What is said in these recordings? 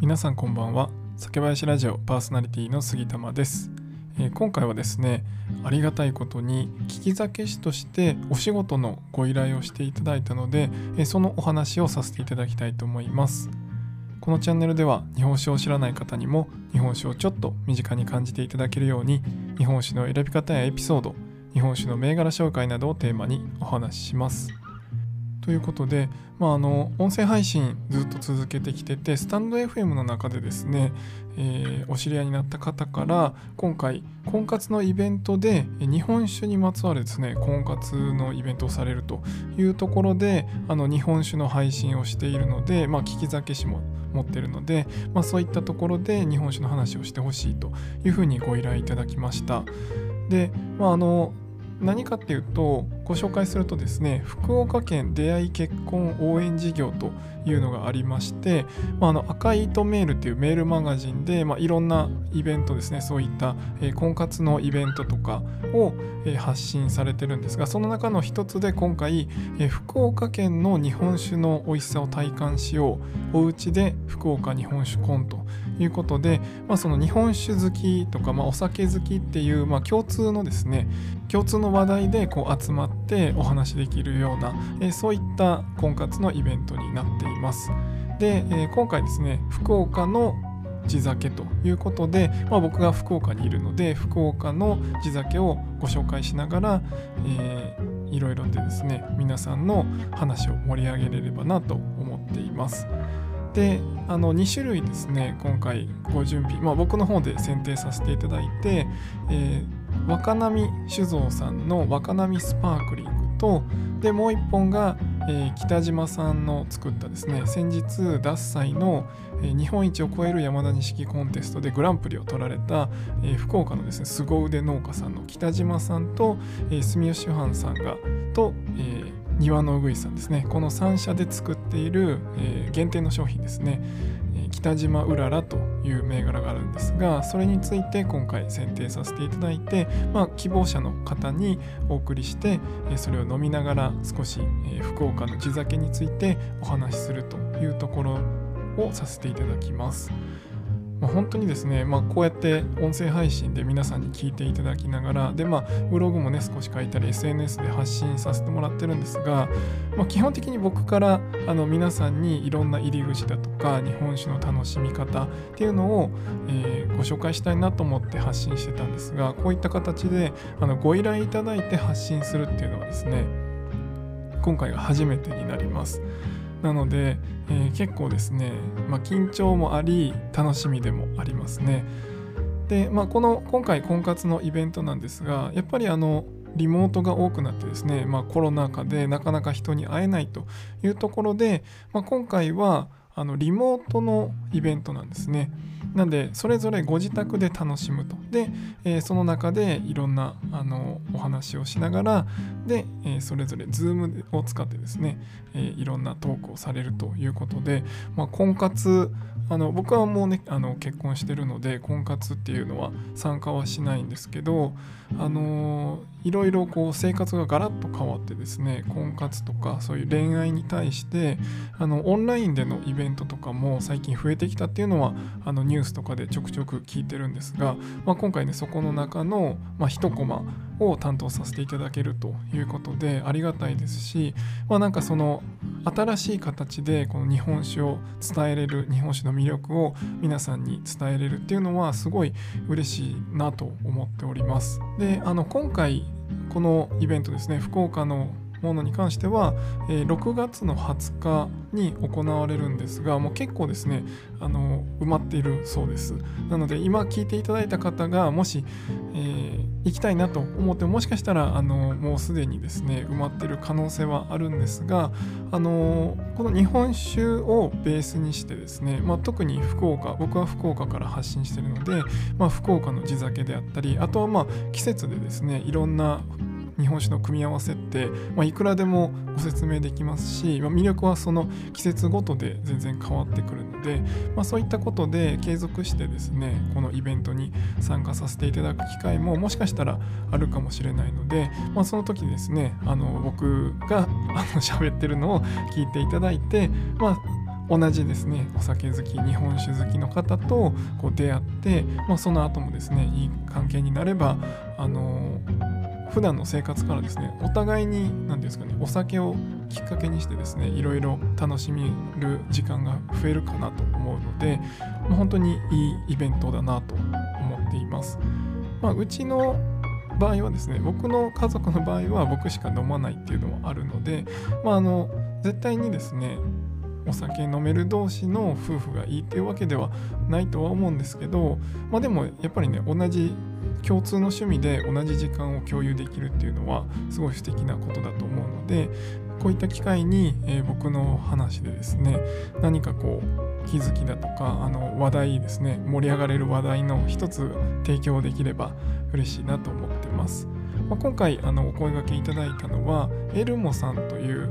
皆さんこんばんは。酒林ラジオパーソナリティの杉玉です。今回はですね、ありがたいことに利き酒師としてお仕事のご依頼をしていただいたので、そのお話をさせていただきたいと思います。このチャンネルでは日本酒を知らない方にも日本酒をちょっと身近に感じていただけるように、日本酒の選び方やエピソード、日本酒の銘柄紹介などをテーマにお話しします。ということで、音声配信ずっと続けてきてて、スタンド FM の中でですね、お知り合いになった方から今回婚活のイベントで日本酒にまつわるですね婚活のイベントをされるというところで日本酒の配信をしているので、利き酒師も持っているので、そういったところで日本酒の話をしてほしいというふうにご依頼いただきました。で、何かっていうと、ご紹介するとですね、福岡県出会い結婚応援事業というのがありまして、赤い糸メールというメールマガジンで、いろんなイベントですね、そういった、婚活のイベントとかを、発信されてるんですが、その中の一つで今回、福岡県の日本酒の美味しさを体感しよう、おうちで福岡日本酒コンということで、その日本酒好きとか、お酒好きっていう、共通の話題で集まってお話しできるような、そういった婚活のイベントになっています。で、今回ですね、福岡の地酒ということで、僕が福岡にいるので福岡の地酒をご紹介しながら、いろいろでですね、皆さんの話を盛り上げれればなと思っています。で、2種類ですね、今回ご準備、僕の方で選定させていただいて、若波酒造さんの若波スパークリングと、でもう一本が、北島さんの作ったですね、先日獺祭の、日本一を超える山田錦コンテストでグランプリを取られた、福岡のですね凄腕農家さんの北島さんと、住吉藩さんがと、庭のうぐいさんですね、この3社で作っている、限定の商品ですね、北島うららという銘柄があるんですが、それについて今回選定させていただいて、希望者の方にお送りして、それを飲みながら少し、福岡の地酒についてお話しするというところをさせていただきます。本当にですね、こうやって音声配信で皆さんに聞いていただきながら、でブログもね少し書いたり SNS で発信させてもらってるんですが、基本的に僕から皆さんにいろんな入り口だとか日本酒の楽しみ方っていうのを、ご紹介したいなと思って発信してたんですが、こういった形でご依頼いただいて発信するっていうのはですね、今回が初めてになります。なので、結構ですね、緊張もあり楽しみでもありますね。で、今回婚活のイベントなんですが、やっぱりリモートが多くなってですね、コロナ禍でなかなか人に会えないというところで、今回はリモートのイベントなんですね。なんでそれぞれご自宅で楽しむと。で、その中でいろんなお話をしながらで、それぞれ Zoom を使ってですね、いろんなトークをされるということで、婚活僕はもうね結婚してるので婚活っていうのは参加はしないんですけど、いろいろ生活がガラッと変わってですね、婚活とかそういう恋愛に対してオンラインでのイベントとかも最近増えてきたっていうのはニュースとかでちょくちょく聞いてるんですが、今回ねそこの中の、一コマを担当させていただけるということでありがたいですし、なんかその新しい形でこの日本酒を伝えれる、日本酒の魅力を皆さんに伝えれるっていうのはすごい嬉しいなと思っております。で、今回このイベントですね、福岡のものに関しては、6月の20日に行われるんですが、もう結構ですね埋まっているそうです。なので今聞いていただいた方がもし、行きたいなと思ってもしかしたらもうすでにですね埋まっている可能性はあるんですが、この日本酒をベースにしてですね、特に僕は福岡から発信しているので、福岡の地酒であったり、あとは季節でですねいろんな日本酒の組み合わせって、いくらでもご説明できますし、魅力はその季節ごとで全然変わってくるので、そういったことで継続してですねこのイベントに参加させていただく機会ももしかしたらあるかもしれないので、その時ですね僕が喋ってるのを聞いていただいて、 同じですねお酒好き、日本酒好きの方とこう出会って、その後もですねいい関係になれば普段の生活からですねお互いに何ですかね、お酒をきっかけにしてですねいろいろ楽しめる時間が増えるかなと思うので、本当にいいイベントだなと思っています。うちの場合はですね、僕の家族の場合は僕しか飲まないっていうのもあるので、絶対にですねお酒飲める同士の夫婦がいいっていうわけではないとは思うんですけど、でもやっぱりね、同じ共通の趣味で同じ時間を共有できるっていうのはすごい素敵なことだと思うので、こういった機会に、僕の話でですね何かこう気づきだとか話題ですね、盛り上がれる話題の一つ提供できれば嬉しいなと思ってます。今回お声掛けいただいたのはエルモさんという、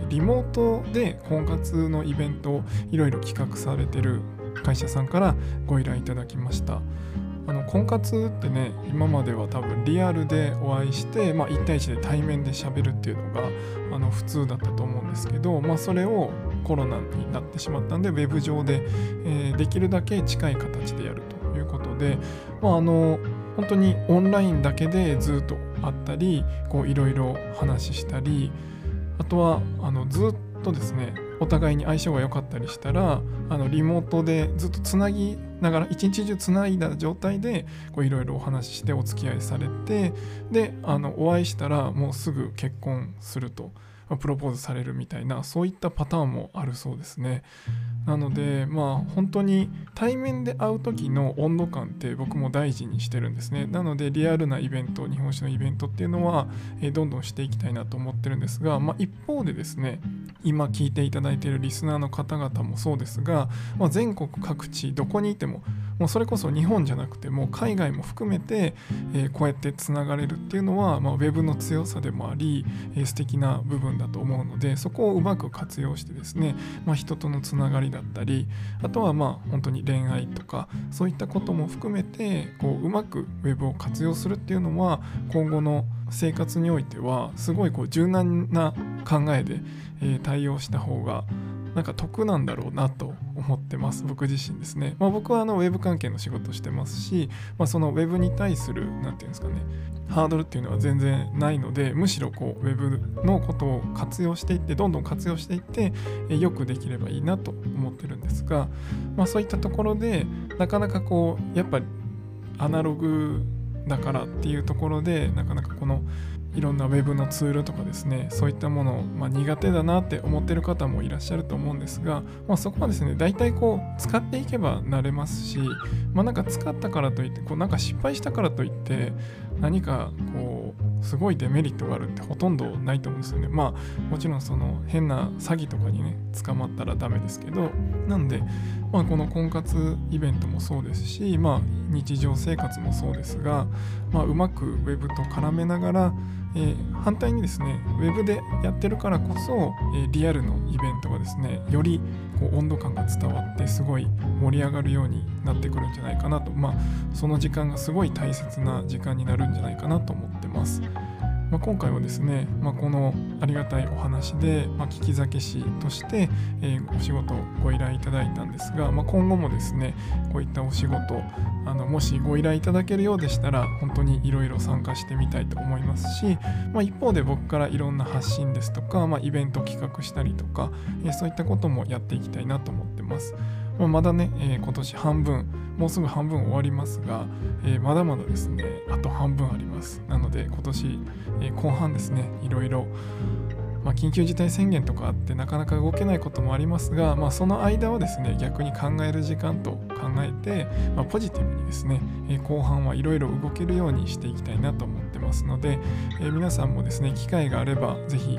リモートで婚活のイベントをいろいろ企画されている会社さんからご依頼いただきました。婚活ってね、今までは多分リアルでお会いして、1対1で対面で喋るっていうのが普通だったと思うんですけど、それをコロナになってしまったんでウェブ上で、できるだけ近い形でやるということで、本当にオンラインだけでずっと会ったりこういろいろ話したり、あとはずっとですねお互いに相性が良かったりしたらリモートでずっとつなぎながら一日中つないだ状態でいろいろお話ししてお付き合いされて、でお会いしたらもうすぐ結婚すると、プロポーズされるみたいな、そういったパターンもあるそうですね。なので本当に対面で会う時の温度感って僕も大事にしてるんですね。なのでリアルなイベント、日本酒のイベントっていうのは、どんどんしていきたいなと思ってるんですが、一方でですね今聞いていただいているリスナーの方々もそうですが、全国各地どこにいてもそれこそ日本じゃなくても海外も含めて、こうやってつながれるっていうのは、ウェブの強さでもあり、素敵な部分だと思うので、そこをうまく活用してですね、人とのつながりだったり、あとは本当に恋愛とかそういったことも含めてうまくウェブを活用するっていうのは今後の生活においてはすごい柔軟な考えで、対応した方が得なんだろうなと思ってます。僕自身ですね。僕はウェブ関係の仕事してますし、そのウェブに対するなんていうんですかね、ハードルっていうのは全然ないので、むしろウェブのことを活用していって、どんどん活用していって、よくできればいいなと思ってるんですが、そういったところでなかなかやっぱりアナログだからっていうところでなかなかいろんなウェブのツールとかですね、そういったものを苦手だなって思ってる方もいらっしゃると思うんですが、そこはですね大体使っていけば慣れますし、使ったからといって失敗したからといって何かすごいデメリットがあるってほとんどないと思うんですよね。もちろんその変な詐欺とかにね捕まったらダメですけど、なんでこの婚活イベントもそうですし、日常生活もそうですが、うまくウェブと絡めながら、反対にですねウェブでやってるからこそ、リアルのイベントがですねより温度感が伝わってすごい盛り上がるようになってくるんじゃないかなと、その時間がすごい大切な時間になるんじゃないかなと思ってます。今回はですね、このありがたいお話で、聞き酒師として、お仕事をご依頼いただいたんですが、今後もですねこういったお仕事もしご依頼いただけるようでしたら本当にいろいろ参加してみたいと思いますし、一方で僕からいろんな発信ですとか、イベント企画したりとか、そういったこともやっていきたいなと思ってます。まだね、今年半分、もうすぐ半分終わりますが、まだまだですねあと半分あります。なので今年、後半ですねいろいろ緊急事態宣言とかあってなかなか動けないこともありますが、その間はですね逆に考える時間と考えて、ポジティブにですね、後半はいろいろ動けるようにしていきたいなと思ってますので、皆さんもですね機会があればぜひ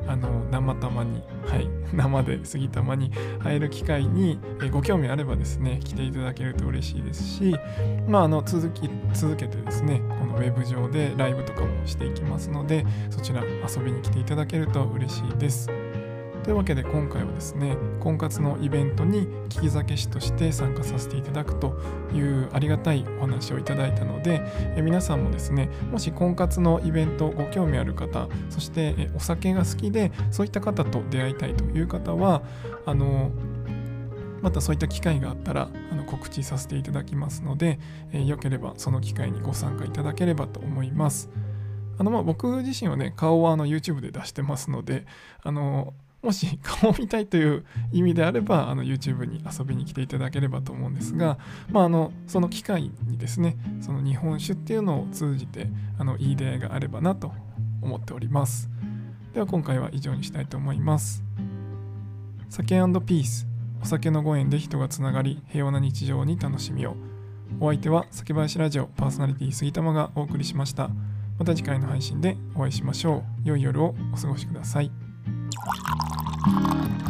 生で杉玉に会える機会に、ご興味あればですね来ていただけると嬉しいですし、続けてですねこのウェブ上でライブとかもしていきますので、そちら遊びに来ていただけると嬉しいです。というわけで今回はですね婚活のイベントに聞き酒師として参加させていただくというありがたいお話をいただいたので、皆さんもですねもし婚活のイベントご興味ある方、そしてお酒が好きでそういった方と出会いたいという方はまたそういった機会があったら告知させていただきますので、よければその機会にご参加いただければと思います。僕自身はね、顔はYouTube で出してますので、もし顔を見たいという意味であればYouTube に遊びに来ていただければと思うんですが、その機会にですね、その日本酒っていうのを通じていい出会いがあればなと思っております。では今回は以上にしたいと思います。酒&ピース、お酒のご縁で人がつながり平和な日常に楽しみを。お相手は酒林ラジオパーソナリティ杉玉がお送りしました。また次回の配信でお会いしましょう。良い夜をお過ごしください。